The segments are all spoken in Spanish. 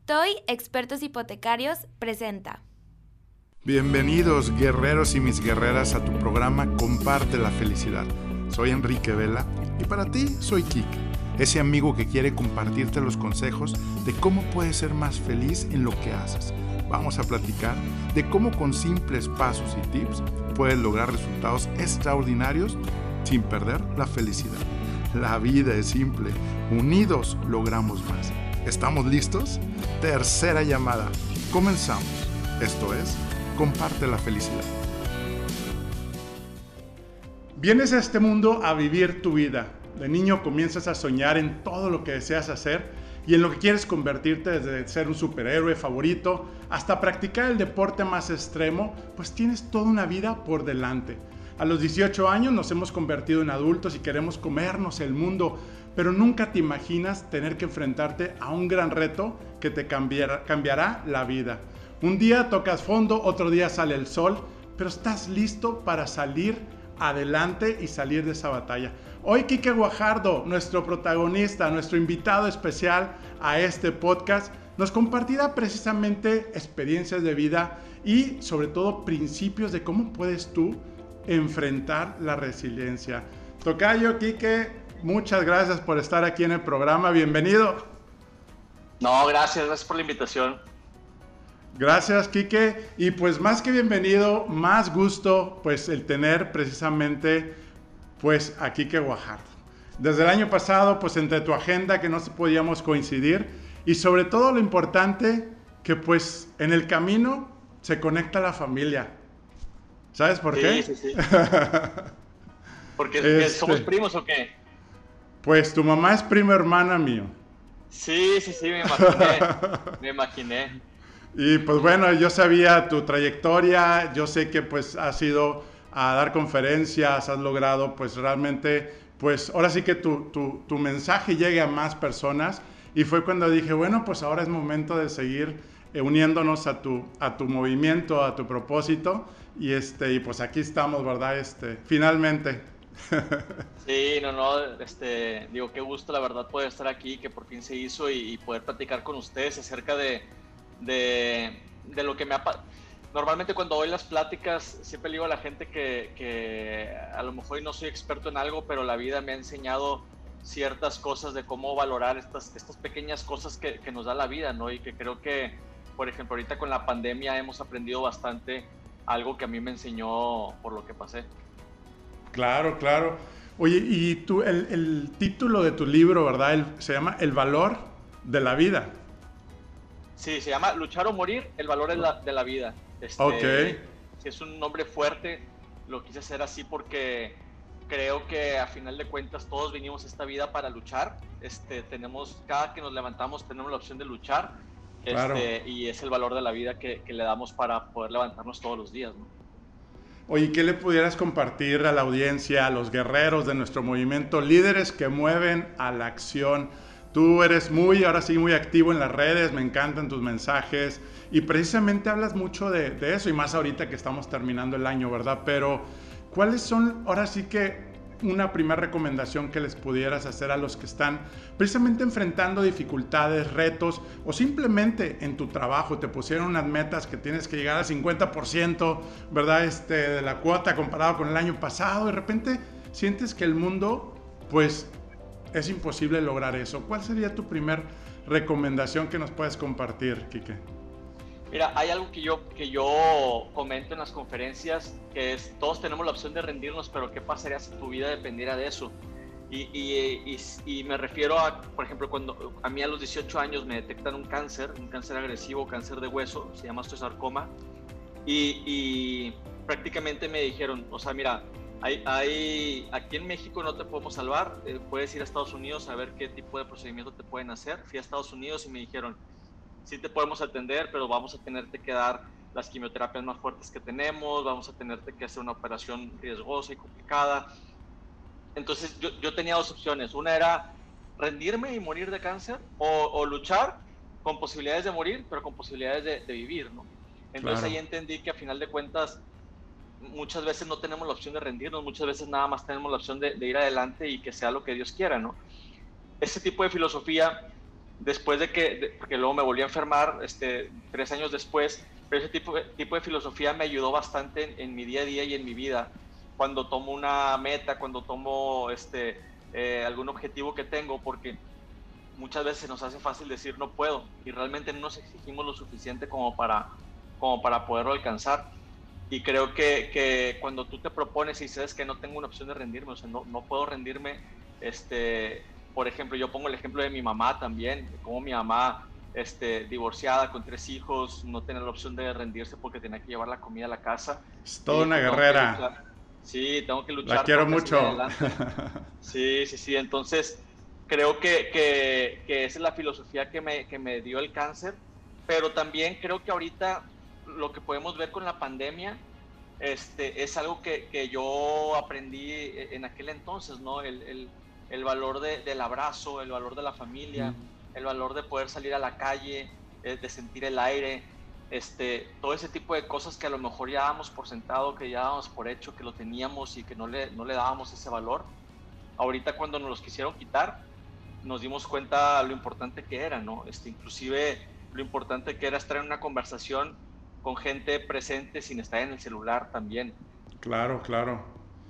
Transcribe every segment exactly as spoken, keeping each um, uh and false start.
Toy Expertos Hipotecarios presenta. Bienvenidos, guerreros y mis guerreras, a tu programa Comparte la Felicidad. Soy Enrique Vela y para ti soy Kike, ese amigo que quiere compartirte los consejos de cómo puedes ser más feliz en lo que haces. Vamos a platicar de cómo con simples pasos y tips puedes lograr resultados extraordinarios sin perder la felicidad. La vida es simple, unidos logramos más. ¿Estamos listos? Tercera llamada. Comenzamos. Esto es Comparte la Felicidad. Vienes a este mundo a vivir tu vida. De niño comienzas a soñar en todo lo que deseas hacer y en lo que quieres convertirte, desde ser un superhéroe favorito hasta practicar el deporte más extremo, pues tienes toda una vida por delante. A los dieciocho años nos hemos convertido en adultos y queremos comernos el mundo, pero nunca te imaginas tener que enfrentarte a un gran reto que te cambiará, cambiará la vida. Un día tocas fondo, otro día sale el sol, pero estás listo para salir adelante y salir de esa batalla. Hoy Kike Guajardo, nuestro protagonista, nuestro invitado especial a este podcast, nos compartirá precisamente experiencias de vida y sobre todo principios de cómo puedes tú enfrentar la resiliencia. Tocayo, Kike, muchas gracias por estar aquí en el programa. Bienvenido. No, gracias, gracias por la invitación. Gracias, Kike. Y pues más que bienvenido, más gusto pues el tener precisamente pues a Kike Guajardo. Desde el año pasado, pues entre tu agenda que no podíamos coincidir y sobre todo lo importante que pues en el camino se conecta la familia. ¿Sabes por sí, qué? Sí, sí, sí. ¿Porque este, somos primos o qué? Pues tu mamá es prima hermana mío. Sí, sí, sí, me imaginé. me imaginé. Y pues bueno, yo sabía tu trayectoria, yo sé que pues has ido a dar conferencias, has logrado pues realmente, pues ahora sí que tu, tu, tu mensaje llegue a más personas. Y fue cuando dije, bueno, pues ahora es momento de seguir eh, uniéndonos a tu, a tu movimiento, a tu propósito. Y, este, y pues aquí estamos, ¿verdad? Este, finalmente. Sí, no, no, este, digo, qué gusto la verdad poder estar aquí, que por fin se hizo y, y poder platicar con ustedes acerca de, de, de lo que me ha... Normalmente cuando doy las pláticas siempre le digo a la gente que, que a lo mejor no soy experto en algo, pero la vida me ha enseñado ciertas cosas de cómo valorar estas, estas pequeñas cosas que, que nos da la vida, ¿no? Y que creo que, por ejemplo, ahorita con la pandemia hemos aprendido bastante algo que a mí me enseñó por lo que pasé. Claro, claro. Oye, y tú, el, el título de tu libro, ¿verdad? El, se llama El valor de la vida. Sí, se llama Luchar o Morir, el valor de la, de la vida. Este, ok. Sí, es un nombre fuerte, lo quise hacer así porque creo que a final de cuentas todos vinimos a esta vida para luchar. Este, tenemos, cada que nos levantamos tenemos la opción de luchar. Claro. Este, y es el valor de la vida que, que le damos para poder levantarnos todos los días, ¿no? Oye, ¿qué le pudieras compartir a la audiencia, a los guerreros de nuestro movimiento, líderes que mueven a la acción? Tú eres muy, ahora sí, muy activo en las redes, me encantan tus mensajes y precisamente hablas mucho de, de eso y más ahorita que estamos terminando el año, ¿verdad? Pero, ¿cuáles son, ahora sí que, una primera recomendación que les pudieras hacer a los que están precisamente enfrentando dificultades, retos o simplemente en tu trabajo te pusieron unas metas que tienes que llegar al cincuenta por ciento, ¿verdad? Este, de la cuota comparado con el año pasado, de repente sientes que el mundo pues es imposible lograr eso. ¿Cuál sería tu primer recomendación que nos puedes compartir, Kike? Mira, hay algo que yo, que yo comento en las conferencias, que es, todos tenemos la opción de rendirnos, pero ¿qué pasaría si tu vida dependiera de eso? Y, y, y, y me refiero a, por ejemplo, cuando a mí a los dieciocho años me detectan un cáncer, un cáncer agresivo, cáncer de hueso, se llama osteosarcoma, y, y prácticamente me dijeron, o sea, mira, hay, hay, aquí en México no te podemos salvar, eh, puedes ir a Estados Unidos a ver qué tipo de procedimiento te pueden hacer. Fui a Estados Unidos y me dijeron, sí te podemos atender, pero vamos a tenerte que dar las quimioterapias más fuertes que tenemos, vamos a tenerte que hacer una operación riesgosa y complicada. Entonces yo, yo tenía dos opciones, una era rendirme y morir de cáncer o, o luchar con posibilidades de morir, pero con posibilidades de, de vivir, ¿no? Entonces claro. Ahí entendí que a final de cuentas muchas veces no tenemos la opción de rendirnos, muchas veces nada más tenemos la opción de, de ir adelante y que sea lo que Dios quiera, ¿no? Ese tipo de filosofía después de que, de, porque luego me volví a enfermar este, tres años después, pero ese tipo, tipo de filosofía me ayudó bastante en, en mi día a día y en mi vida. Cuando tomo una meta, cuando tomo este, eh, algún objetivo que tengo, porque muchas veces nos hace fácil decir no puedo y realmente no nos exigimos lo suficiente como para, como para poderlo alcanzar. Y creo que, que cuando tú te propones y dices que no tengo una opción de rendirme, o sea, no, no puedo rendirme, este, por ejemplo, yo pongo el ejemplo de mi mamá también, como mi mamá, este, divorciada, con tres hijos, no tenía la opción de rendirse porque tenía que llevar la comida a la casa. Es Y toda una dijo, tengo que guerrera. luchar. Sí, tengo que La luchar, quiero tengo que salir mucho. adelante. Sí, sí, sí. Entonces, creo que, que, que esa es la filosofía que me, que me dio el cáncer, pero también creo que ahorita lo que podemos ver con la pandemia este, es algo que, que yo aprendí en aquel entonces, ¿no? El, el, el valor de, del abrazo, el valor de la familia, mm. el valor de poder salir a la calle, de sentir el aire, este, todo ese tipo de cosas que a lo mejor ya dábamos por sentado, que ya dábamos por hecho, que lo teníamos y que no le, no le dábamos ese valor. Ahorita cuando nos los quisieron quitar, nos dimos cuenta lo importante que era, ¿no? Este, inclusive lo importante que era estar en una conversación con gente presente sin estar en el celular también. Claro, claro.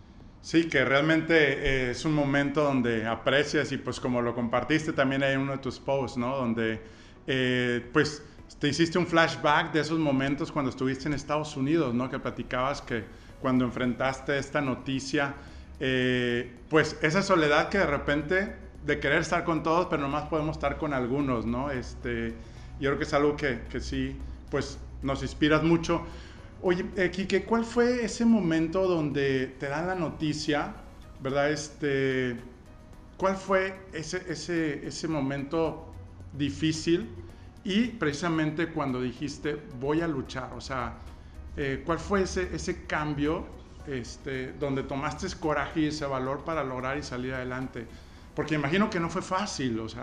Sí, que realmente eh, es un momento donde aprecias y pues como lo compartiste también hay en uno de tus posts, ¿no? Donde eh, pues te hiciste un flashback de esos momentos cuando estuviste en Estados Unidos, ¿no? Que platicabas que cuando enfrentaste esta noticia, eh, pues esa soledad que de repente de querer estar con todos, pero nomás podemos estar con algunos, ¿no? Este, yo creo que es algo que, que sí, pues nos inspiras mucho. Oye, eh, Quique, ¿cuál fue ese momento donde te dan la noticia, verdad? Este, ¿cuál fue ese, ese, ese momento difícil y precisamente cuando dijiste voy a luchar? O sea, eh, ¿cuál fue ese, ese cambio este, donde tomaste ese coraje y ese valor para lograr y salir adelante? Porque imagino que no fue fácil, o sea.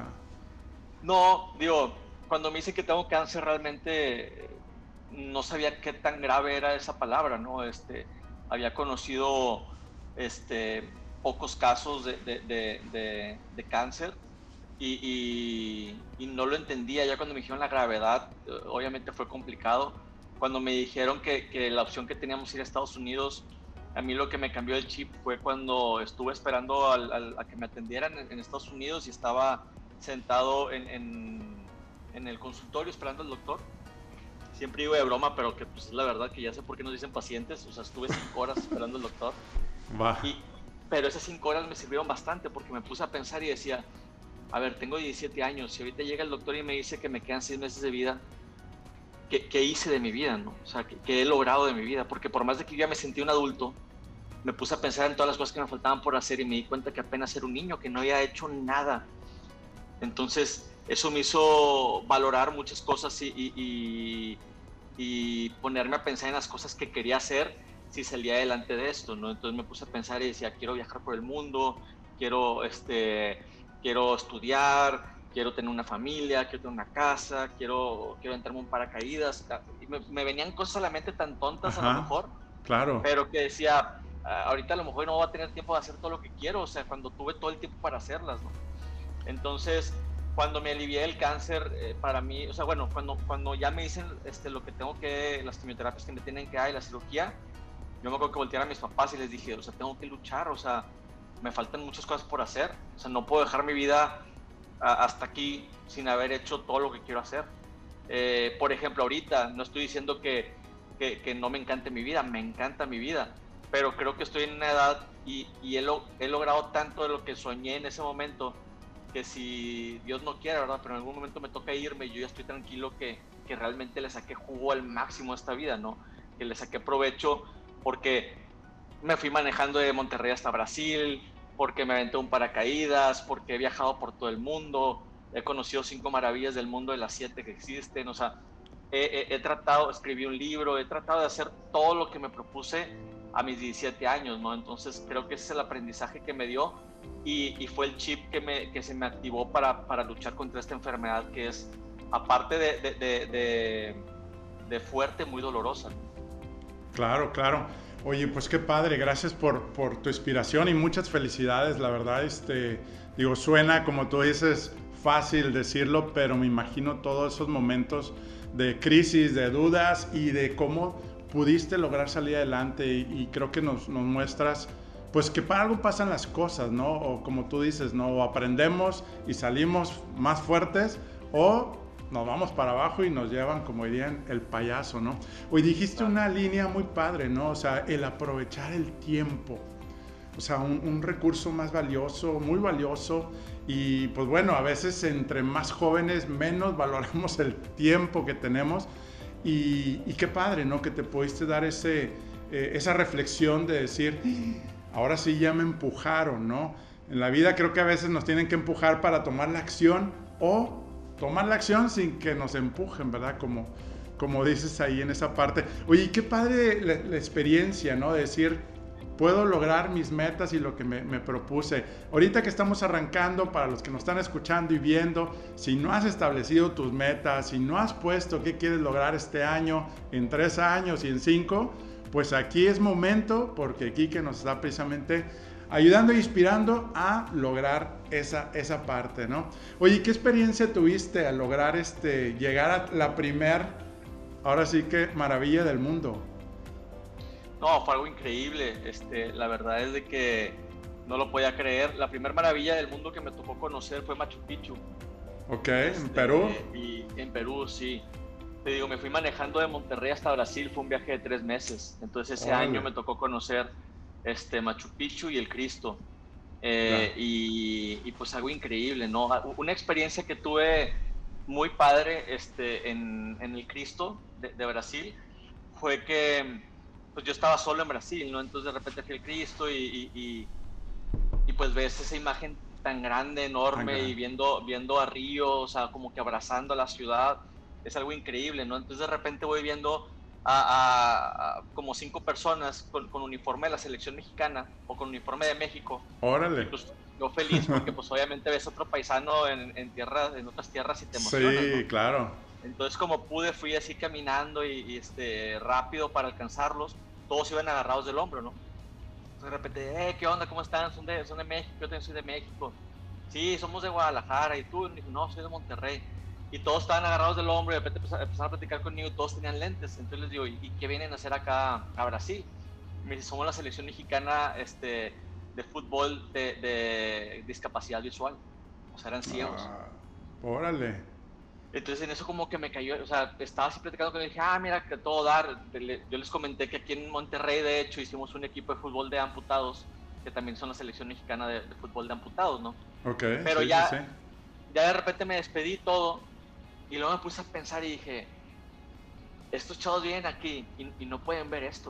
No, digo, cuando me dicen que tengo cáncer realmente no sabía qué tan grave era esa palabra, ¿no? Este, había conocido este, pocos casos de, de, de, de, de cáncer y, y, y no lo entendía. Ya cuando me dijeron la gravedad, obviamente fue complicado. Cuando me dijeron que, que la opción que teníamos ir a Estados Unidos, a mí lo que me cambió el chip fue cuando estuve esperando al, al, a que me atendieran en, en Estados Unidos y estaba sentado en, en, en el consultorio esperando al doctor. Siempre digo de broma, pero que pues es la verdad que ya sé por qué nos dicen pacientes. O sea, estuve cinco horas esperando al doctor. Y, pero esas cinco horas me sirvieron bastante porque me puse a pensar y decía, a ver, tengo diecisiete años, si ahorita llega el doctor y me dice que me quedan seis meses de vida, ¿qué, qué hice de mi vida, no? O sea, ¿qué, ¿qué he logrado de mi vida? Porque por más de que yo ya me sentí un adulto, me puse a pensar en todas las cosas que me faltaban por hacer y me di cuenta que apenas era un niño, que no había hecho nada. Entonces, eso me hizo valorar muchas cosas y, y, y, y ponerme a pensar en las cosas que quería hacer si salía adelante de esto, ¿no? Entonces me puse a pensar y decía, quiero viajar por el mundo, quiero, este, quiero estudiar, quiero tener una familia, quiero tener una casa, quiero, quiero entrarme en paracaídas. Y me, me venían cosas a la mente tan tontas. Ajá, a lo mejor, claro. Pero que decía, ahorita a lo mejor no voy a tener tiempo de hacer todo lo que quiero, o sea, cuando tuve todo el tiempo para hacerlas, ¿no? Entonces, cuando me alivié del cáncer, eh, para mí, o sea, bueno, cuando, cuando ya me dicen este, lo que tengo que, las quimioterapias que me tienen que dar y la cirugía, yo me acuerdo que volteé a mis papás y les dije, o sea, tengo que luchar, o sea, me faltan muchas cosas por hacer, o sea, no puedo dejar mi vida a, hasta aquí sin haber hecho todo lo que quiero hacer. Eh, por ejemplo, ahorita, no estoy diciendo que, que, que no me encante mi vida, me encanta mi vida, pero creo que estoy en una edad y, y he, lo, he logrado tanto de lo que soñé en ese momento, que si Dios no quiere, ¿verdad? Pero en algún momento me toca irme, yo ya estoy tranquilo que, que realmente le saqué jugo al máximo a esta vida, ¿no? Que le saqué provecho porque me fui manejando de Monterrey hasta Brasil, porque me aventé un paracaídas, porque he viajado por todo el mundo, he conocido cinco maravillas del mundo de las siete que existen, o sea, he, he, he tratado, escribí un libro, he tratado de hacer todo lo que me propuse a mis diecisiete años, ¿no? Entonces creo que ese es el aprendizaje que me dio y, y fue el chip que, me, que se me activó para, para luchar contra esta enfermedad que es, aparte de, de, de, de, de fuerte, muy dolorosa. Claro, claro. Oye, pues qué padre, gracias por, por tu inspiración y muchas felicidades, la verdad, este, digo, suena, como tú dices, fácil decirlo, pero me imagino todos esos momentos de crisis, de dudas y de cómo pudiste lograr salir adelante y, y creo que nos, nos muestras pues que para algo pasan las cosas, ¿no? O como tú dices, ¿no? O aprendemos y salimos más fuertes o nos vamos para abajo y nos llevan, como dirían, el payaso, ¿no? Hoy dijiste una línea muy padre, ¿no? O sea, el aprovechar el tiempo. O sea, un, un recurso más valioso, muy valioso. Y pues bueno, a veces entre más jóvenes menos valoramos el tiempo que tenemos. Y, y qué padre, ¿no? Que te pudiste dar ese, eh, esa reflexión de decir, ahora sí ya me empujaron, ¿no? En la vida creo que a veces nos tienen que empujar para tomar la acción o tomar la acción sin que nos empujen, ¿verdad? Como, como dices ahí en esa parte. Oye, qué padre la, la experiencia, ¿no? De decir, puedo lograr mis metas y lo que me, me propuse. Ahorita que estamos arrancando, para los que nos están escuchando y viendo, si no has establecido tus metas, si no has puesto qué quieres lograr este año, en tres años y en cinco, pues aquí es momento, porque Quique nos está precisamente ayudando e inspirando a lograr esa, esa parte, ¿no? Oye, ¿qué experiencia tuviste al lograr este, llegar a la primer, ahora sí que maravilla del mundo? No, fue algo increíble. Este, la verdad es de que no lo podía creer. La primera maravilla del mundo que me tocó conocer fue Machu Picchu. Ok, este, ¿en Perú? Y en Perú, sí. Te digo, me fui manejando de Monterrey hasta Brasil, fue un viaje de tres meses. Entonces ese Órale. año me tocó conocer este, Machu Picchu y el Cristo. Eh, y, y pues algo increíble, ¿no? Una experiencia que tuve muy padre este, en, en el Cristo de, de Brasil fue que pues yo estaba solo en Brasil, ¿no? Entonces de repente fui al Cristo y, y, y, y pues ves esa imagen tan grande, enorme, Tan grande. y viendo, viendo a Río, o sea, como que abrazando a la ciudad, es algo increíble, ¿no? Entonces de repente voy viendo a, a, a como cinco personas con, con uniforme de la selección mexicana o con uniforme de México. Órale. Y pues yo feliz porque pues obviamente ves otro paisano en, en, tierra, en otras tierras y te emocionas, Sí, ¿no? claro. Entonces como pude fui así caminando y, y este, rápido para alcanzarlos. Todos iban agarrados del hombro, ¿no? Entonces de repente, eh, ¿qué onda? ¿Cómo están? ¿Son de, son de México? Yo también soy de México. Sí, somos de Guadalajara. ¿Y tú? Y me dijo, no, soy de Monterrey. Y todos estaban agarrados del hombro y de repente empezaron a platicar conmigo, todos tenían lentes. Entonces les digo, ¿y qué vienen a hacer acá a Brasil? Y me dice, somos la selección mexicana este, de fútbol de, de discapacidad visual. O sea, eran ciegos. Ah, órale. Entonces en eso como que me cayó, o sea, estaba así platicando con él y dije, ah, mira, que todo dar. Yo les comenté que aquí en Monterrey, de hecho, hicimos un equipo de fútbol de amputados, que también son la selección mexicana de, de fútbol de amputados, ¿no? Ok, Pero sí, ya, sí, sí. ya de repente me despedí todo y luego me puse a pensar y dije, estos chavos vienen aquí y, y no pueden ver esto.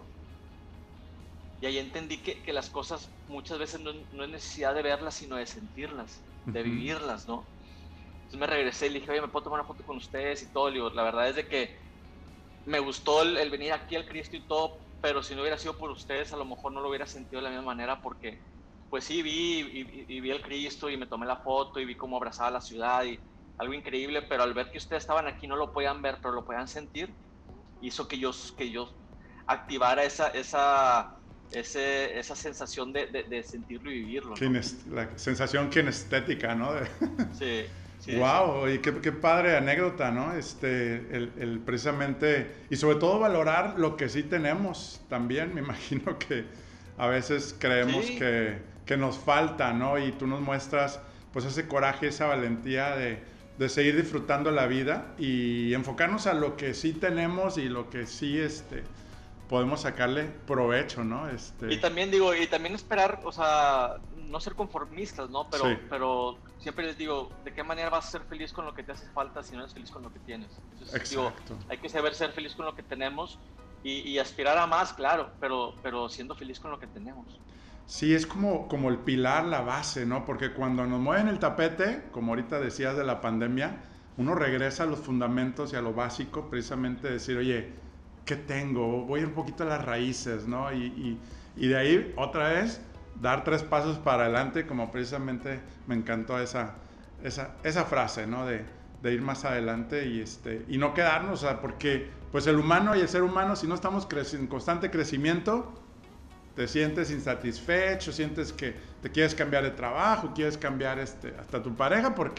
Y ahí entendí que, que las cosas muchas veces no, no es necesidad de verlas, sino de sentirlas, de Uh-huh. vivirlas, ¿no? Entonces me regresé y le dije, oye, ¿me puedo tomar una foto con ustedes y todo? Le digo, la verdad es de que me gustó el, el venir aquí al Cristo y todo, pero si no hubiera sido por ustedes, a lo mejor no lo hubiera sentido de la misma manera, porque pues sí, vi y, y, y vi el Cristo y me tomé la foto y vi cómo abrazaba la ciudad y algo increíble, pero al ver que ustedes estaban aquí no lo podían ver, pero lo podían sentir, hizo que yo, que yo activara esa, esa, ese, esa sensación de, de, de sentirlo y vivirlo, ¿no? Kines- la sensación kinestética, ¿no? De- Sí. Sí, wow, sí. y qué, qué padre anécdota, ¿no? Este, el, el precisamente, y sobre todo valorar lo que sí tenemos también. Me imagino que a veces creemos Sí. que, que nos falta, ¿no? Y tú nos muestras, pues, ese coraje, esa valentía de, de seguir disfrutando la vida y enfocarnos a lo que sí tenemos y lo que sí, este, podemos sacarle provecho, ¿no? Este... Y también digo, y también esperar, o sea, no ser conformistas, ¿no? Pero, Sí. pero siempre les digo, ¿de qué manera vas a ser feliz con lo que te hace falta si no eres feliz con lo que tienes? Entonces, digo, Exacto. hay que saber ser feliz con lo que tenemos y, y aspirar a más, claro, pero, pero siendo feliz con lo que tenemos. Sí, es como, como el pilar, la base, ¿no? Porque cuando nos mueven el tapete, como ahorita decías de la pandemia, uno regresa a los fundamentos y a lo básico, precisamente decir, oye, ¿qué tengo? Voy a ir un poquito a las raíces, ¿no? Y, y, y de ahí, otra vez, dar tres pasos para adelante, como precisamente me encantó esa, esa, esa frase, ¿no? De, de ir más adelante y, este, y no quedarnos, o sea, porque pues el humano y el ser humano, si no estamos creci- en constante crecimiento, te sientes insatisfecho, sientes que te quieres cambiar de trabajo, quieres cambiar este, hasta tu pareja porque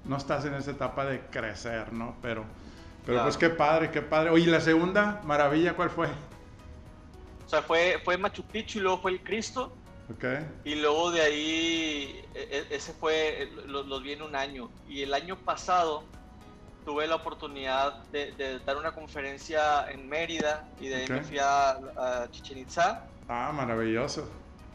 no estás en esa etapa de crecer, ¿no? Pero, pero Claro. pues qué padre, qué padre. Oye, la segunda maravilla, ¿cuál fue? O sea, fue, fue Machu Picchu y luego fue el Cristo. Ok, Y luego de ahí, e- e- ese fue, lo- los vi en un año. Y el año pasado tuve la oportunidad de, de dar una conferencia en Mérida y de ahí Ok. me fui a, a Chichén Itzá. ah, maravilloso.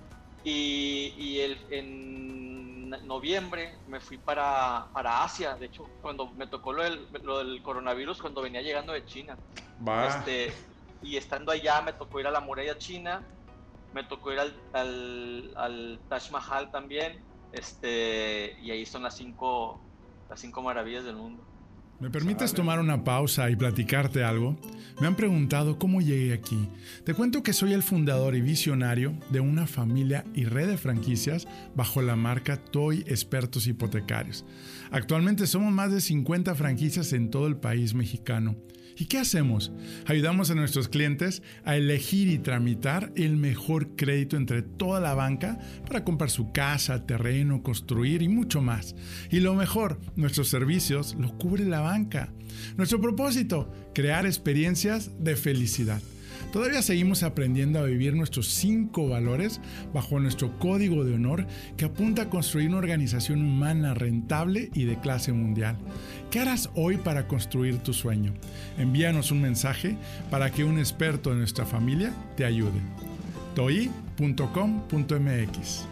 Y, y el, en noviembre me fui para, para Asia. De hecho, cuando me tocó lo del, lo del coronavirus, cuando venía llegando de China. Va, Este, y estando allá me tocó ir a la muralla china, me tocó ir al, al, al Taj Mahal también, este, y ahí son las cinco, las cinco maravillas del mundo. ¿Me permites Sale. tomar una pausa y platicarte algo? Me han preguntado cómo llegué aquí. Te cuento que soy el fundador y visionario de una familia y red de franquicias bajo la marca Toy Expertos Hipotecarios. Actualmente somos más de cincuenta franquicias en todo el país mexicano. ¿Y qué hacemos? Ayudamos a nuestros clientes a elegir y tramitar el mejor crédito entre toda la banca para comprar su casa, terreno, construir y mucho más. Y lo mejor, nuestros servicios los cubre la banca. Nuestro propósito, crear experiencias de felicidad. Todavía seguimos aprendiendo a vivir nuestros cinco valores bajo nuestro código de honor que apunta a construir una organización humana rentable y de clase mundial. ¿Qué harás hoy para construir tu sueño? Envíanos un mensaje para que un experto de nuestra familia te ayude. toi punto com punto m x.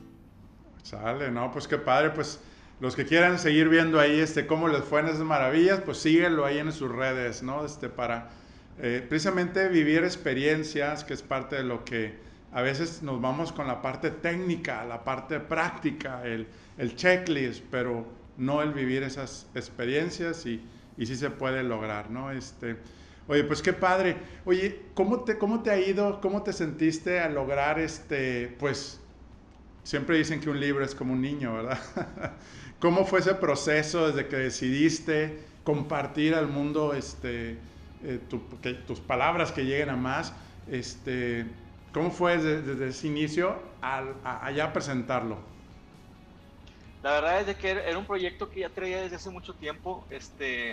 Sale, no, pues qué padre, pues los que quieran seguir viendo ahí este, cómo les fue en esas maravillas, pues síguelo ahí en sus redes, ¿no? Este, para eh, precisamente vivir experiencias, que es parte de lo que a veces nos vamos con la parte técnica, la parte práctica, el, el checklist, pero no el vivir esas experiencias y, y sí se puede lograr, ¿no? Este, oye, pues qué padre. Oye, ¿cómo te, cómo te ha ido? ¿Cómo te sentiste al lograr este, pues... Siempre dicen que un libro es como un niño, ¿verdad? ¿Cómo fue ese proceso desde que decidiste compartir al mundo este, eh, tu, que, tus palabras que lleguen a más? Este, ¿Cómo fue desde, desde ese inicio al, a, allá presentarlo? La verdad es de que era un proyecto que ya traía desde hace mucho tiempo. Este,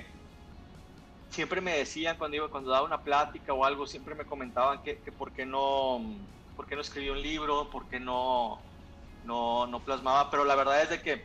siempre me decían cuando iba, cuando daba una plática o algo, siempre me comentaban que, que por qué no, por qué no escribía un libro, por qué no, no, no plasmaba. Pero la verdad es de que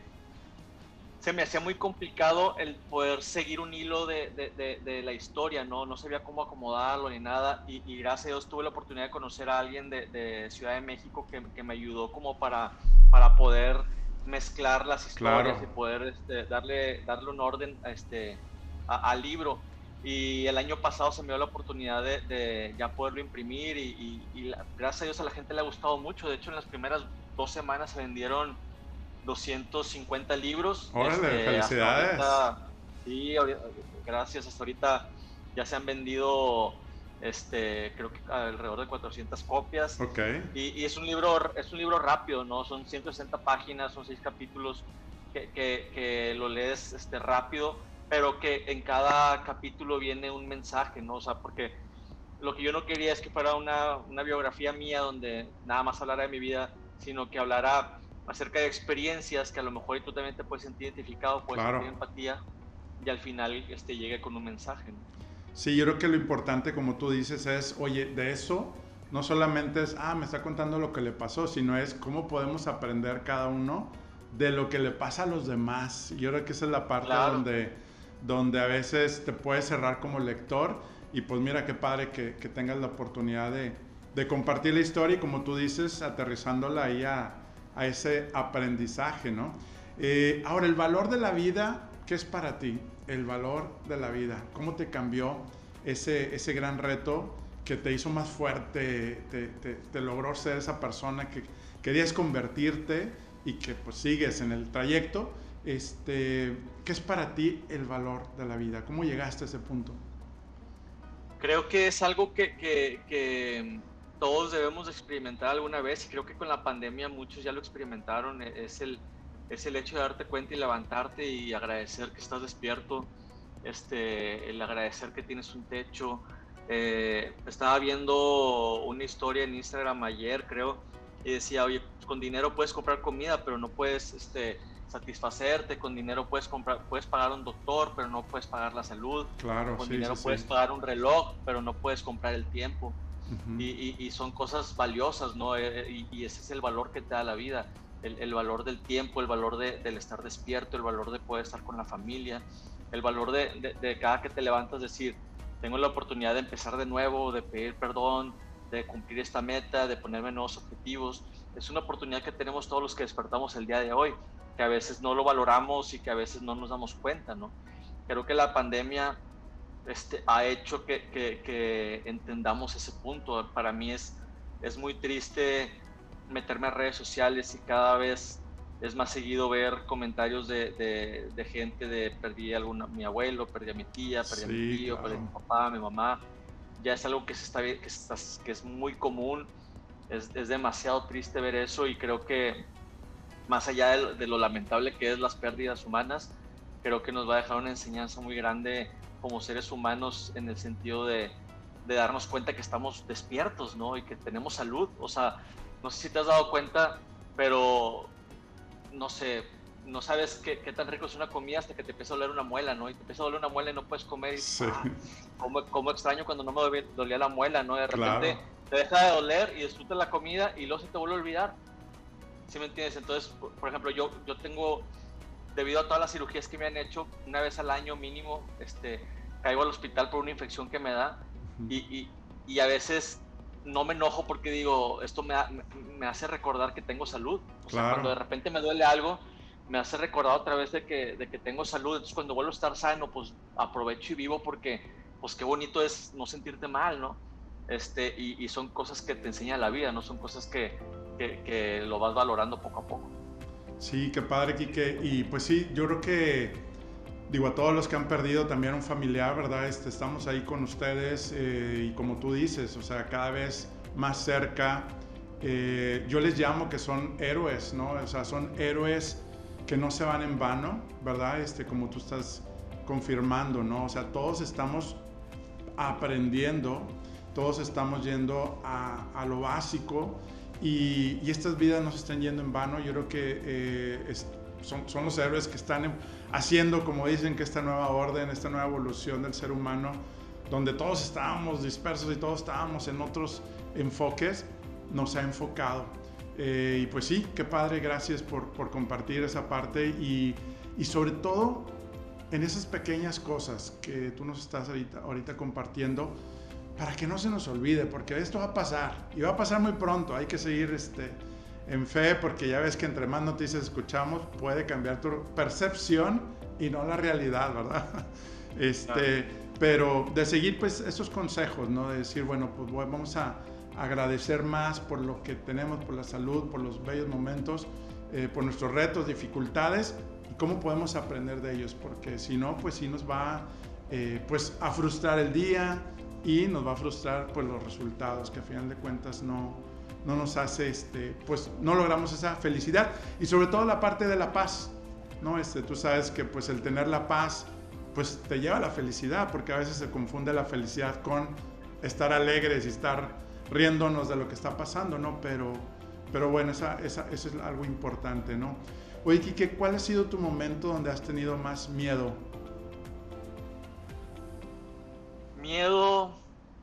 se me hacía muy complicado el poder seguir un hilo de, de, de, de la historia, ¿no? No sabía cómo acomodarlo ni nada. Y, y gracias a Dios tuve la oportunidad de conocer a alguien de, de Ciudad de México que, que me ayudó como para, para poder mezclar las historias. Claro. Y poder este, darle, darle un orden a este, a, al libro. Y el año pasado se me dio la oportunidad de, de ya poderlo imprimir y, y, y la, gracias a Dios a la gente le ha gustado mucho. De hecho, en las primeras dos semanas se vendieron doscientos cincuenta libros. ¡Órale! Este, ¡felicidades! Ahorita, sí, ahorita, gracias. Hasta ahorita ya se han vendido, este, creo que alrededor de cuatrocientas copias. Okay. Y, y es un libro, es un libro rápido, ¿no? Son ciento sesenta páginas, son seis capítulos que, que, que lo lees este, rápido, pero que en cada capítulo viene un mensaje, ¿no? O sea, porque lo que yo no quería es que fuera una, una biografía mía donde nada más hablara de mi vida, sino que hablara acerca de experiencias que a lo mejor tú también te puedes sentir identificado, puedes claro. sentir empatía y al final este, llegue con un mensaje, ¿no? Sí, yo creo que lo importante, como tú dices, es, oye, de eso no solamente es, ah, me está contando lo que le pasó, sino es cómo podemos aprender cada uno de lo que le pasa a los demás. Yo creo que esa es la parte claro. donde, donde a veces te puedes cerrar como lector y pues mira qué padre que, que tengas la oportunidad de, de compartir la historia y como tú dices, aterrizándola ahí a a ese aprendizaje, ¿no? Eh, ahora, el valor de la vida, ¿qué es para ti? El valor de la vida, ¿cómo te cambió ese, ese gran reto que te hizo más fuerte, te, te, te logró ser esa persona que querías convertirte y que pues sigues en el trayecto? Este, ¿qué es para ti el valor de la vida? ¿Cómo llegaste a ese punto? Creo que es algo que... que, que... todos debemos experimentar alguna vez y creo que con la pandemia muchos ya lo experimentaron. Es el, es el hecho de darte cuenta y levantarte y agradecer que estás despierto, este, el agradecer que tienes un techo. Eh, estaba viendo una historia en Instagram ayer, creo, y decía, oye, con dinero puedes comprar comida, pero no puedes este, satisfacerte, con dinero puedes comprar, puedes pagar un doctor, pero no puedes pagar la salud. Claro, con sí, dinero sí, puedes sí. pagar un reloj, pero no puedes comprar el tiempo. Uh-huh. y, y, y son cosas valiosas, ¿no? Eh, y, y ese es el valor que te da la vida, el, el valor del tiempo, el valor de, del estar despierto, el valor de poder estar con la familia, el valor de, de, de cada que te levantas decir, tengo la oportunidad de empezar de nuevo, de pedir perdón, de cumplir esta meta, de ponerme nuevos objetivos. Es una oportunidad que tenemos todos los que despertamos el día de hoy, que a veces no lo valoramos y que a veces no nos damos cuenta, ¿no? Creo que la pandemia este, ha hecho que, que, que entendamos ese punto. Para mí es, es muy triste meterme a redes sociales y cada vez es más seguido ver comentarios de, de, de gente de perdí a alguna, mi abuelo, perdí a mi tía, perdí Sí, a mi tío, claro. perdí a mi papá, a mi mamá. Ya es algo que, se está, que, está, que es muy común. Es, es demasiado triste ver eso y creo que más allá de, de lo lamentable que es las pérdidas humanas, creo que nos va a dejar una enseñanza muy grande como seres humanos en el sentido de, de darnos cuenta que estamos despiertos, ¿no? Y que tenemos salud. O sea, no sé si te has dado cuenta, pero no sé, no sabes qué, qué tan rico es una comida hasta que te empieza a doler una muela, ¿no? Y te empieza a doler una muela y no puedes comer y Sí. ah, ¿cómo, cómo extraño cuando no me dolía la muela, ¿no? De repente Claro. te deja de doler y disfrutas la comida y luego se te vuelve a olvidar. ¿Sí me entiendes? Entonces, por, por ejemplo, yo, yo tengo, debido a todas las cirugías que me han hecho, una vez al año mínimo, este, caigo al hospital por una infección que me da uh-huh. y, y, y a veces no me enojo porque digo, esto me, me, me hace recordar que tengo salud. O claro. sea, cuando de repente me duele algo, me hace recordar otra vez de que, de que tengo salud. Entonces, cuando vuelvo a estar sano, pues aprovecho y vivo porque, pues qué bonito es no sentirte mal, ¿no? Este, y, y son cosas que te enseña la vida, no son cosas que, que, que lo vas valorando poco a poco. Sí, qué padre, Quique. Y pues sí, yo creo que, digo, a todos los que han perdido también un familiar, ¿verdad? Este, estamos ahí con ustedes eh, y como tú dices, o sea, cada vez más cerca. Eh, yo les llamo que son héroes, ¿no? O sea, son héroes que no se van en vano, ¿verdad? Este, como tú estás confirmando, ¿no? O sea, todos estamos aprendiendo, todos estamos yendo a, a lo básico y, y estas vidas no se están yendo en vano. Yo creo que eh, es, son, son los héroes que están haciendo, como dicen, que esta nueva orden, esta nueva evolución del ser humano, donde todos estábamos dispersos y todos estábamos en otros enfoques, nos ha enfocado. Eh, y pues sí, qué padre, gracias por, por compartir esa parte y, y sobre todo en esas pequeñas cosas que tú nos estás ahorita, ahorita compartiendo, para que no se nos olvide, porque esto va a pasar y va a pasar muy pronto. Hay que seguir este, en fe, porque ya ves que entre más noticias escuchamos puede cambiar tu percepción y no la realidad, ¿verdad? Este, claro. Pero de seguir pues esos consejos, ¿no? De decir, bueno, pues vamos a agradecer más por lo que tenemos, por la salud, por los bellos momentos, eh, por nuestros retos, dificultades y cómo podemos aprender de ellos, porque si no, pues sí nos va eh, pues a frustrar el día y nos va a frustrar pues los resultados, que a final de cuentas no, no nos hace, este, pues no logramos esa felicidad y sobre todo la parte de la paz, ¿no? Este, tú sabes que pues el tener la paz pues te lleva a la felicidad, porque a veces se confunde la felicidad con estar alegres y estar riéndonos de lo que está pasando, ¿no? Pero, pero bueno, esa, esa, eso es algo importante, ¿no? Oye, Quique, ¿cuál ha sido tu momento donde has tenido más miedo? Miedo,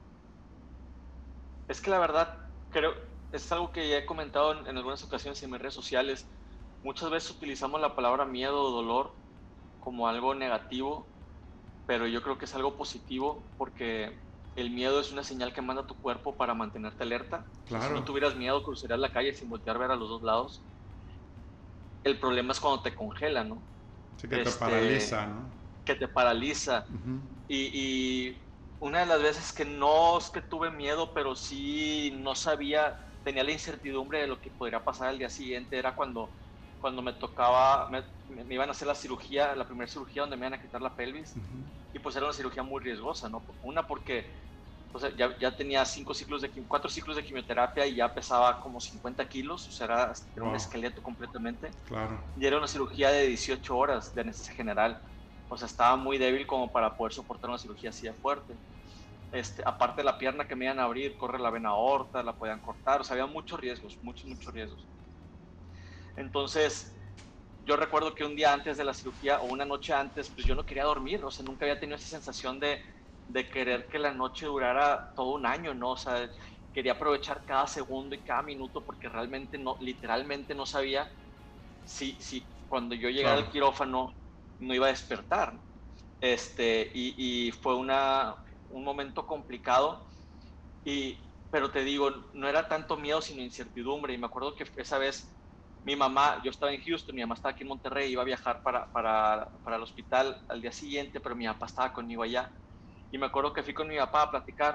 es que la verdad, creo, es algo que ya he comentado en, en algunas ocasiones en mis redes sociales. Muchas veces utilizamos la palabra miedo o dolor como algo negativo, pero yo creo que es algo positivo porque el miedo es una señal que manda tu cuerpo para mantenerte alerta. Claro. Si no tuvieras miedo, cruzarías la calle sin voltear a ver a los dos lados. El problema es cuando te congela, ¿no? Sí, que este, te paraliza, ¿no? Que te paraliza. Uh-huh. y, y una de las veces que no es que tuve miedo, pero sí no sabía, tenía la incertidumbre de lo que podría pasar al día siguiente, era cuando, cuando me tocaba, me, me iban a hacer la cirugía, la primera cirugía donde me iban a quitar la pelvis. Uh-huh. Y pues era una cirugía muy riesgosa, ¿no? Una porque o sea, ya, ya tenía cinco ciclos de, cuatro ciclos de quimioterapia y ya pesaba como cincuenta kilos, o sea, era, era wow. un esqueleto completamente. Claro. Y era una cirugía de dieciocho horas de anestesia general. O sea, estaba muy débil como para poder soportar una cirugía así de fuerte. Este, aparte de la pierna que me iban a abrir, corre la vena aorta, la podían cortar, o sea, había muchos riesgos, muchos, muchos riesgos. Entonces, yo recuerdo que un día antes de la cirugía o una noche antes, pues yo no quería dormir, o sea, nunca había tenido esa sensación de, de querer que la noche durara todo un año, ¿no? O sea, quería aprovechar cada segundo y cada minuto porque realmente no, literalmente no sabía si, si cuando yo llegara claro. al quirófano no iba a despertar. Este, y, y fue una, un momento complicado, y, pero te digo, no era tanto miedo sino incertidumbre. Y me acuerdo que esa vez mi mamá, yo estaba en Houston, mi mamá estaba aquí en Monterrey, iba a viajar para, para, para el hospital al día siguiente, pero mi papá estaba conmigo allá. Y me acuerdo que fui con mi papá a platicar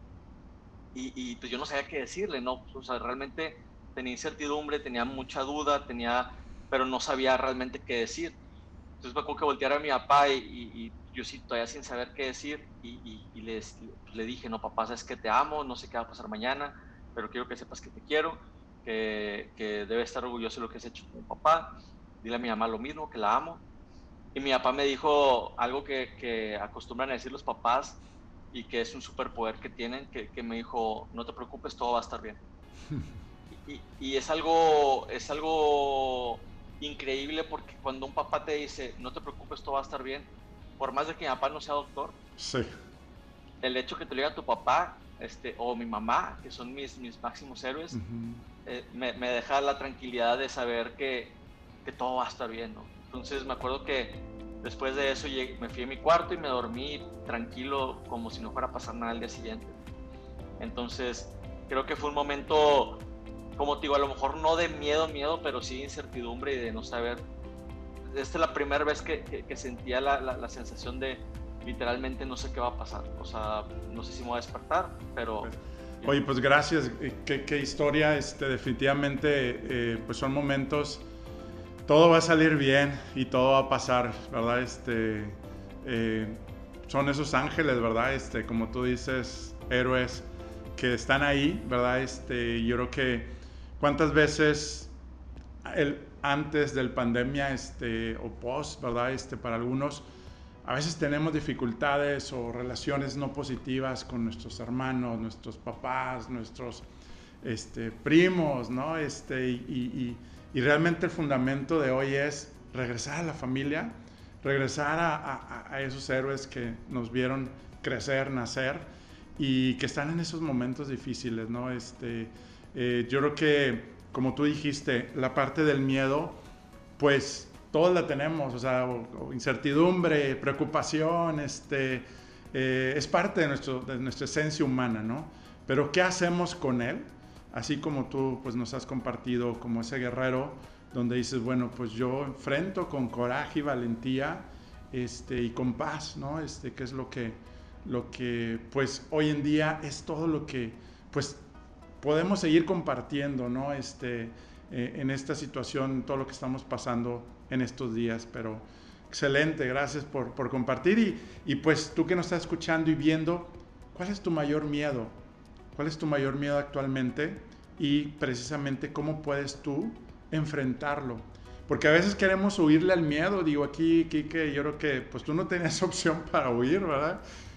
y, y pues yo no sabía qué decirle, ¿no? O sea, realmente tenía incertidumbre, tenía mucha duda, tenía, pero no sabía realmente qué decir. Entonces me acuerdo que volteara a mi papá y, y, y yo sí, todavía sin saber qué decir, y, y, y le, le dije, no, papá, sabes que te amo, no sé qué va a pasar mañana, pero quiero que sepas que te quiero, que, que debes estar orgulloso de lo que has hecho como papá. Dile a mi mamá lo mismo, que la amo. Y mi papá me dijo algo que, que acostumbran a decir los papás y que es un superpoder que tienen, que, que me dijo, no te preocupes, todo va a estar bien. y, y es algo, es algo increíble, porque cuando un papá te dice, no te preocupes, todo va a estar bien, por más de que mi papá no sea doctor, sí. el hecho que te lo diga tu papá este, o mi mamá, que son mis, mis máximos héroes, uh-huh. eh, me, me deja la tranquilidad de saber que, que todo va a estar bien, ¿no? Entonces me acuerdo que después de eso llegué, me fui a mi cuarto y me dormí tranquilo, como si no fuera a pasar nada al día siguiente. Entonces creo que fue un momento, como te digo, a lo mejor no de miedo, miedo, pero sí de incertidumbre y de no saber. Esta es la primera vez que, que, que sentía la, la, la sensación de literalmente no sé qué va a pasar. O sea, no sé si me voy a despertar, pero... Oye, pues gracias. Qué, qué historia. Este, definitivamente, eh, pues son momentos... Todo va a salir bien y todo va a pasar, ¿verdad? Este, eh, son esos ángeles, ¿verdad? Este, como tú dices, héroes que están ahí, ¿verdad? Este, yo creo que cuántas veces el, antes del pandemia este, o post, ¿verdad? Este, para algunos, a veces tenemos dificultades o relaciones no positivas con nuestros hermanos, nuestros papás, nuestros este, primos, ¿no? Este, y, y, y realmente el fundamento de hoy es regresar a la familia, regresar a, a, a esos héroes que nos vieron crecer, nacer y que están en esos momentos difíciles, ¿no? Este, eh, yo creo que, como tú dijiste, la parte del miedo, pues todos la tenemos, o sea, o, o incertidumbre, preocupación, este, eh, es parte de, nuestro, de nuestra esencia humana, ¿no? Pero ¿qué hacemos con él? Así como tú pues, nos has compartido como ese guerrero, donde dices, bueno, pues yo enfrento con coraje y valentía este, y con paz, ¿no? Este, que es lo que, lo que pues, hoy en día es todo lo que pues, podemos seguir compartiendo, ¿no? Este, eh, en esta situación, todo lo que estamos pasando en estos días, pero excelente, gracias por, por compartir y, y pues tú que nos estás escuchando y viendo, ¿cuál es tu mayor miedo? ¿Cuál es tu mayor miedo actualmente? Y precisamente cómo puedes tú enfrentarlo. Porque a veces queremos huirle al miedo. Digo, aquí, Quique, yo creo que pues tú no tenías opción para huir, ¿verdad?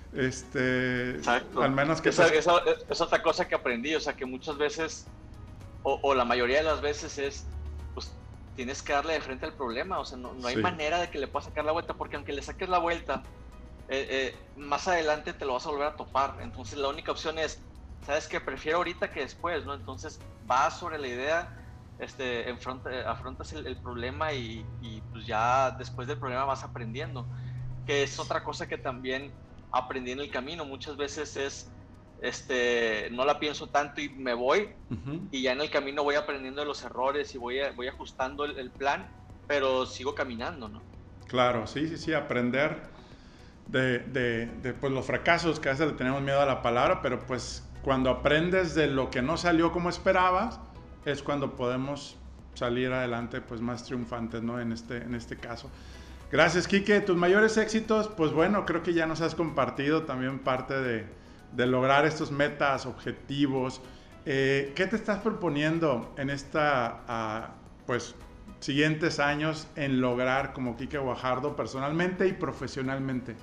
Este, Exacto. Al menos que... Esa, te... esa, es otra cosa que aprendí, o sea, que muchas veces, o, o la mayoría de las veces es, pues tienes que darle de frente al problema, o sea, no, no hay sí. manera de que le puedas sacar la vuelta, porque aunque le saques la vuelta, eh, eh, más adelante te lo vas a volver a topar. Entonces la única opción es, sabes que prefiero ahorita que después, ¿no? Entonces vas sobre la idea, este, enfrenta, afrontas el, el problema y, y pues ya después del problema vas aprendiendo, que es otra cosa que también aprendí en el camino. Muchas veces es, este, no la pienso tanto y me voy, uh-huh. y ya en el camino voy aprendiendo de los errores y voy, voy ajustando el, el plan, pero sigo caminando, ¿no? Claro, sí, sí, sí, aprender de, de, de pues, los fracasos, que a veces le tenemos miedo a la palabra, pero pues cuando aprendes de lo que no salió como esperabas, es cuando podemos salir adelante pues más triunfantes, ¿no? En este, en este caso. Gracias, Quique. Tus mayores éxitos, pues bueno, creo que ya nos has compartido también parte de, de lograr estos metas, objetivos. Eh, ¿Qué te estás proponiendo en esta, uh, pues, siguientes años en lograr como Quique Guajardo personalmente y profesionalmente?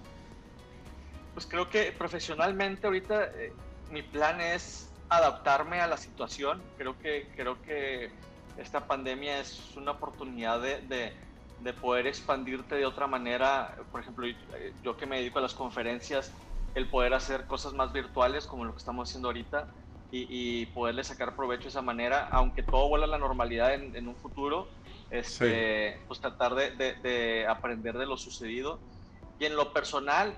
Pues creo que profesionalmente ahorita... Eh, mi plan es adaptarme a la situación. Creo que, creo que esta pandemia es una oportunidad de, de, de poder expandirte de otra manera. Por ejemplo, yo que me dedico a las conferencias, el poder hacer cosas más virtuales como lo que estamos haciendo ahorita y, y poderle sacar provecho de esa manera, aunque todo vuelva a la normalidad en, en un futuro, este, sí. pues tratar de, de, de aprender de lo sucedido. Y en lo personal,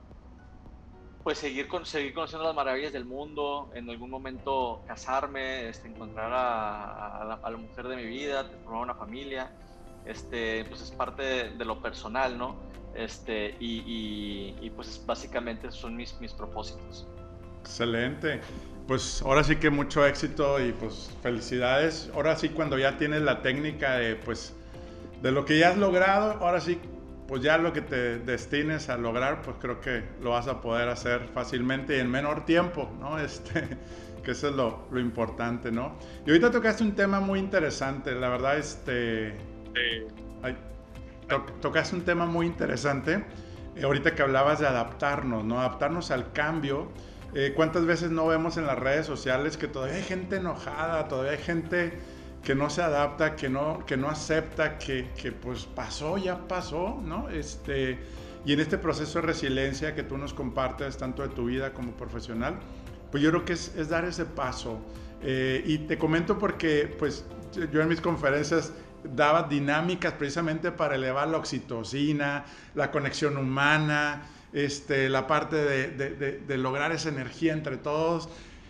pues seguir, con, seguir conociendo las maravillas del mundo, en algún momento casarme, este, encontrar a, a, la, a la mujer de mi vida, formar una familia, este, pues es parte de, de lo personal, ¿no? Este, y, y, y pues básicamente son mis, mis propósitos. Excelente. Pues ahora sí que mucho éxito y pues felicidades. Ahora sí, cuando ya tienes la técnica de, pues, de lo que ya has logrado, ahora sí, pues ya lo que te destines a lograr, pues creo que lo vas a poder hacer fácilmente y en menor tiempo, ¿no? Este, que eso es lo, lo importante, ¿no? Y ahorita tocaste un tema muy interesante, la verdad, este... Eh, ay, to, tocaste un tema muy interesante, eh, ahorita que hablabas de adaptarnos, ¿no? Adaptarnos al cambio. Eh, ¿Cuántas veces no vemos en las redes sociales que todavía hay gente enojada, todavía hay gente que no se adapta, que no, que no acepta, que, que pues pasó, ya pasó, ¿no? Este, y en este proceso de resiliencia que tú nos compartes, tanto de tu vida como profesional, pues yo creo que es, es dar ese paso. Eh, y te comento porque pues yo en mis conferencias daba dinámicas precisamente para elevar la oxitocina, la conexión humana, este, la parte de, de, de, de lograr esa energía entre todos.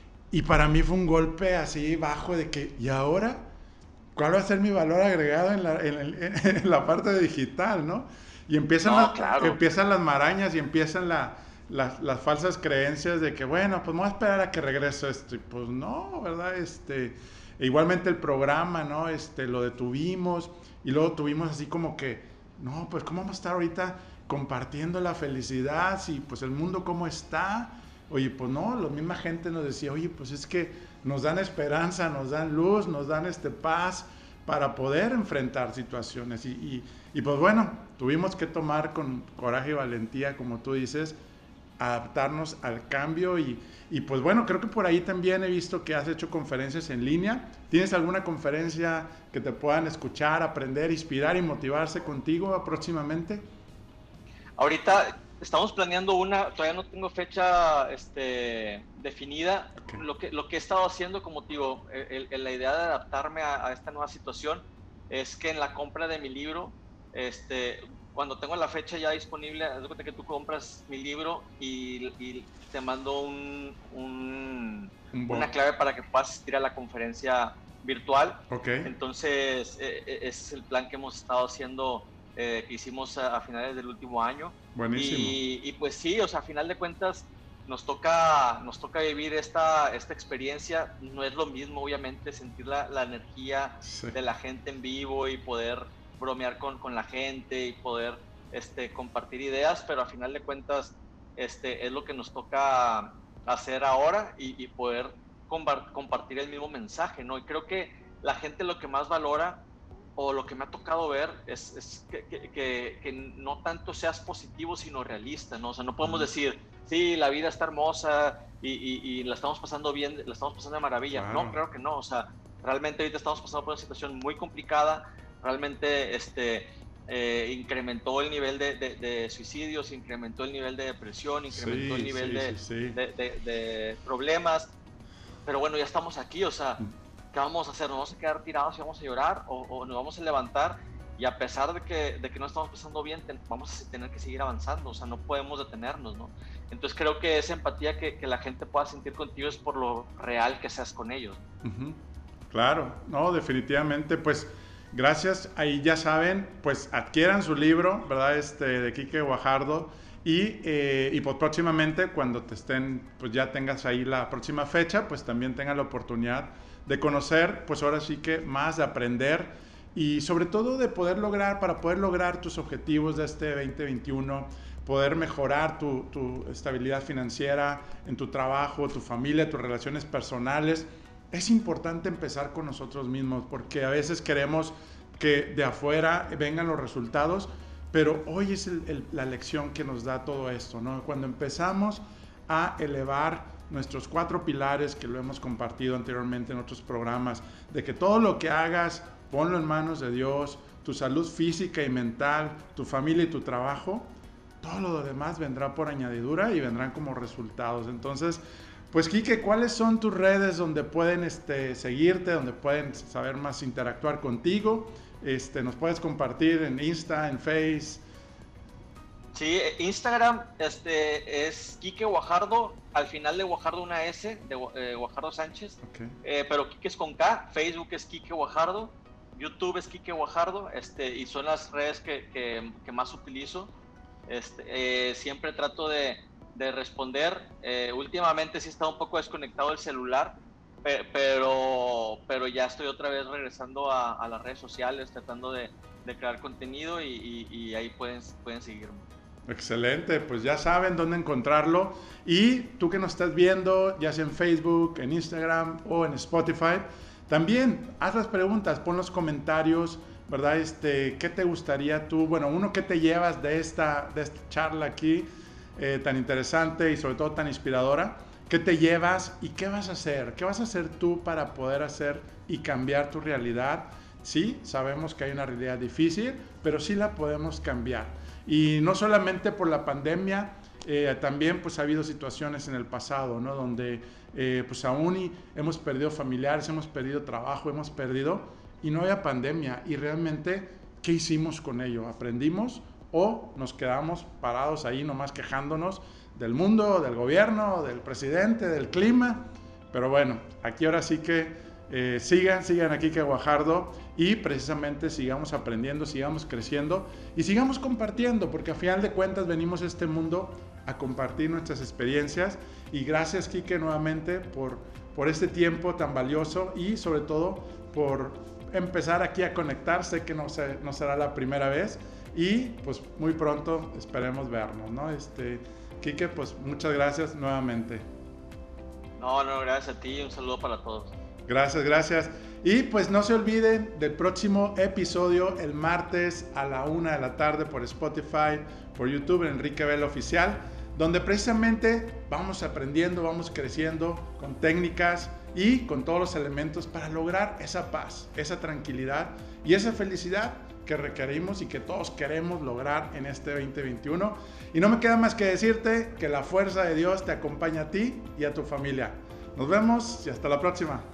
Y para mí fue un golpe así bajo de que, ¿y ahora? ¿Cuál va a ser mi valor agregado en la, en, en, en la parte digital, no? Y empiezan, no, las, claro. empiezan las marañas y empiezan la, la, las falsas creencias de que, bueno, pues me voy a esperar a que regrese esto. Y pues no, ¿verdad? Este, igualmente el programa, ¿no? Este, lo detuvimos y luego tuvimos así como que, no, pues ¿cómo vamos a estar ahorita compartiendo la felicidad? Si pues el mundo cómo está. Oye, pues no, la misma gente nos decía, oye, pues es que nos dan esperanza, nos dan luz, nos dan este paz para poder enfrentar situaciones. Y, y, y pues bueno, tuvimos que tomar con coraje y valentía, como tú dices, adaptarnos al cambio. Y, y pues bueno, creo que por ahí también he visto que has hecho conferencias en línea. ¿Tienes alguna conferencia que te puedan escuchar, aprender, inspirar y motivarse contigo próximamente? Ahorita estamos planeando una, todavía no tengo fecha este, definida. Okay. Lo que, lo que he estado haciendo, como digo, el, el, la idea de adaptarme a, a esta nueva situación es que en la compra de mi libro, este, cuando tengo la fecha ya disponible, haz de cuenta que tú compras mi libro y, y te mando un, un, un una clave para que puedas asistir a la conferencia virtual. Okay. Entonces, eh, ese es el plan que hemos estado haciendo. Eh, que hicimos a, a finales del último año. Buenísimo. Y, y pues sí, o sea, a final de cuentas nos toca, nos toca vivir esta, esta experiencia. No es lo mismo, obviamente, sentir la, la energía sí. de la gente en vivo y poder bromear con, con la gente y poder este, compartir ideas, pero a final de cuentas este, es lo que nos toca hacer ahora y, y poder compartir el mismo mensaje, ¿no? Y creo que la gente lo que más valora o lo que me ha tocado ver es, es que, que, que, que no tanto seas positivo, sino realista, ¿no? O sea, no podemos decir, sí, la vida está hermosa y, y, y la estamos pasando bien, la estamos pasando de maravilla. Claro. No, claro que no. O sea, realmente ahorita estamos pasando por una situación muy complicada. Realmente este, eh, incrementó el nivel de, de, de suicidios, incrementó el nivel de depresión, incrementó sí, el nivel sí, de, sí, sí. De, de, de problemas. Pero bueno, ya estamos aquí, o sea... ¿Qué vamos a hacer? ¿Nos vamos a quedar tirados y vamos a llorar? ¿O, o nos vamos a levantar? Y a pesar de que, de que no estamos pasando bien, ten, vamos a tener que seguir avanzando. O sea, no podemos detenernos, ¿no? Entonces creo que esa empatía que, que la gente pueda sentir contigo es por lo real que seas con ellos. Uh-huh. Claro, no, definitivamente, pues gracias. Ahí ya saben, pues adquieran su libro, ¿verdad? Este, de Quique Guajardo. Y, eh, y pues próximamente, cuando te estén, pues ya tengas ahí la próxima fecha, pues también tengan la oportunidad de conocer, pues ahora sí que más, de aprender y sobre todo de poder lograr, para poder lograr tus objetivos de este veinte veintiuno, poder mejorar tu, tu estabilidad financiera en tu trabajo, tu familia, tus relaciones personales. Es importante empezar con nosotros mismos porque a veces queremos que de afuera vengan los resultados, pero hoy es el, el, la lección que nos da todo esto, ¿no? Cuando empezamos a elevar nuestros cuatro pilares que lo hemos compartido anteriormente en otros programas, de que todo lo que hagas, ponlo en manos de Dios, tu salud física y mental, tu familia y tu trabajo, todo lo demás vendrá por añadidura y vendrán como resultados. Entonces, pues Quique, ¿cuáles son tus redes donde pueden este, seguirte, donde pueden saber más, interactuar contigo? Este, ¿Nos puedes compartir en Insta, en Face? Sí, Instagram este, es Quique Guajardo, al final de Guajardo una S, de eh, Guajardo Sánchez, okay. eh, pero Quique es con K. Facebook es Quique Guajardo, YouTube es Quique Guajardo, este, y son las redes que, que, que más utilizo. Este, eh, siempre trato de, de responder. Eh, últimamente sí he estado un poco desconectado del celular, pe pero, pero ya estoy otra vez regresando a, a las redes sociales, tratando de, de crear contenido y, y, y ahí pueden, pueden seguirme. Excelente, pues ya saben dónde encontrarlo. Y tú que nos estás viendo, ya sea en Facebook, en Instagram o en Spotify, también haz las preguntas, pon los comentarios, ¿verdad? Este, ¿qué te gustaría tú? Bueno, uno, ¿qué te llevas de esta, de esta charla aquí eh, tan interesante y sobre todo tan inspiradora? ¿Qué te llevas y qué vas a hacer? ¿Qué vas a hacer tú para poder hacer y cambiar tu realidad? Sí, sabemos que hay una realidad difícil, pero sí la podemos cambiar. Y no solamente por la pandemia, eh, también pues ha habido situaciones en el pasado, ¿no? Donde eh, pues aún hemos perdido familiares, hemos perdido trabajo, hemos perdido... y no había pandemia, y realmente, ¿qué hicimos con ello? ¿Aprendimos o nos quedamos parados ahí nomás quejándonos del mundo, del gobierno, del presidente, del clima? Pero bueno, aquí ahora sí que eh, sigan, sigan aquí que Guajardo y precisamente sigamos aprendiendo, sigamos creciendo y sigamos compartiendo, porque a final de cuentas venimos a este mundo a compartir nuestras experiencias. Y gracias, Quique, nuevamente por, por este tiempo tan valioso y sobre todo por empezar aquí a conectar. Sé que no, se, no será la primera vez y pues muy pronto esperemos vernos, ¿no? Este, Quique, pues muchas gracias nuevamente. No, no, gracias a ti, un saludo para todos. Gracias, gracias. Y pues no se olviden del próximo episodio el martes a la una de la tarde por Spotify, por YouTube, Enrique Vela Oficial, donde precisamente vamos aprendiendo, vamos creciendo con técnicas y con todos los elementos para lograr esa paz, esa tranquilidad y esa felicidad que requerimos y que todos queremos lograr en este veinte veintiuno. Y no me queda más que decirte que la fuerza de Dios te acompaña a ti y a tu familia. Nos vemos y hasta la próxima.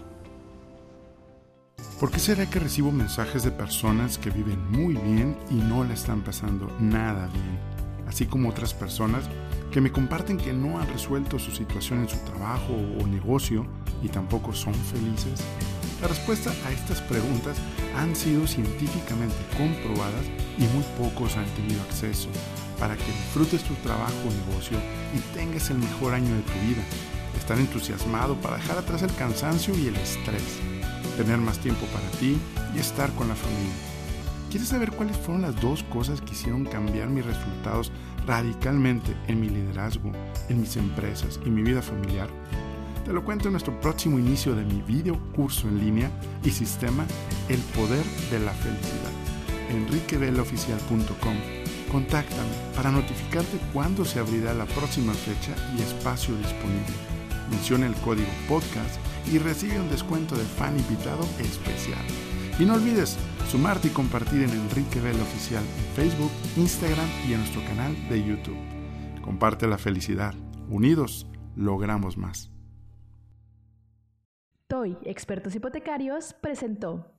¿Por qué será que recibo mensajes de personas que viven muy bien y no la están pasando nada bien? Así como otras personas que me comparten que no han resuelto su situación en su trabajo o negocio y tampoco son felices. La respuesta a estas preguntas han sido científicamente comprobadas y muy pocos han tenido acceso para que disfrutes tu trabajo o negocio y tengas el mejor año de tu vida. Estar entusiasmado para dejar atrás el cansancio y el estrés. Tener más tiempo para ti y estar con la familia. ¿Quieres saber cuáles fueron las dos cosas que hicieron cambiar mis resultados radicalmente en mi liderazgo, en mis empresas y mi vida familiar? Te lo cuento en nuestro próximo inicio de mi video curso en línea y sistema El Poder de la Felicidad. enrique vela oficial punto com. Contáctame para notificarte cuándo se abrirá la próxima fecha y espacio disponible. Menciona el código podcast y recibe un descuento de fan invitado especial. Y no olvides sumarte y compartir en Enrique Vela Oficial en Facebook, Instagram y en nuestro canal de YouTube. Comparte la felicidad. Unidos, logramos más. T O Y Expertos Hipotecarios presentó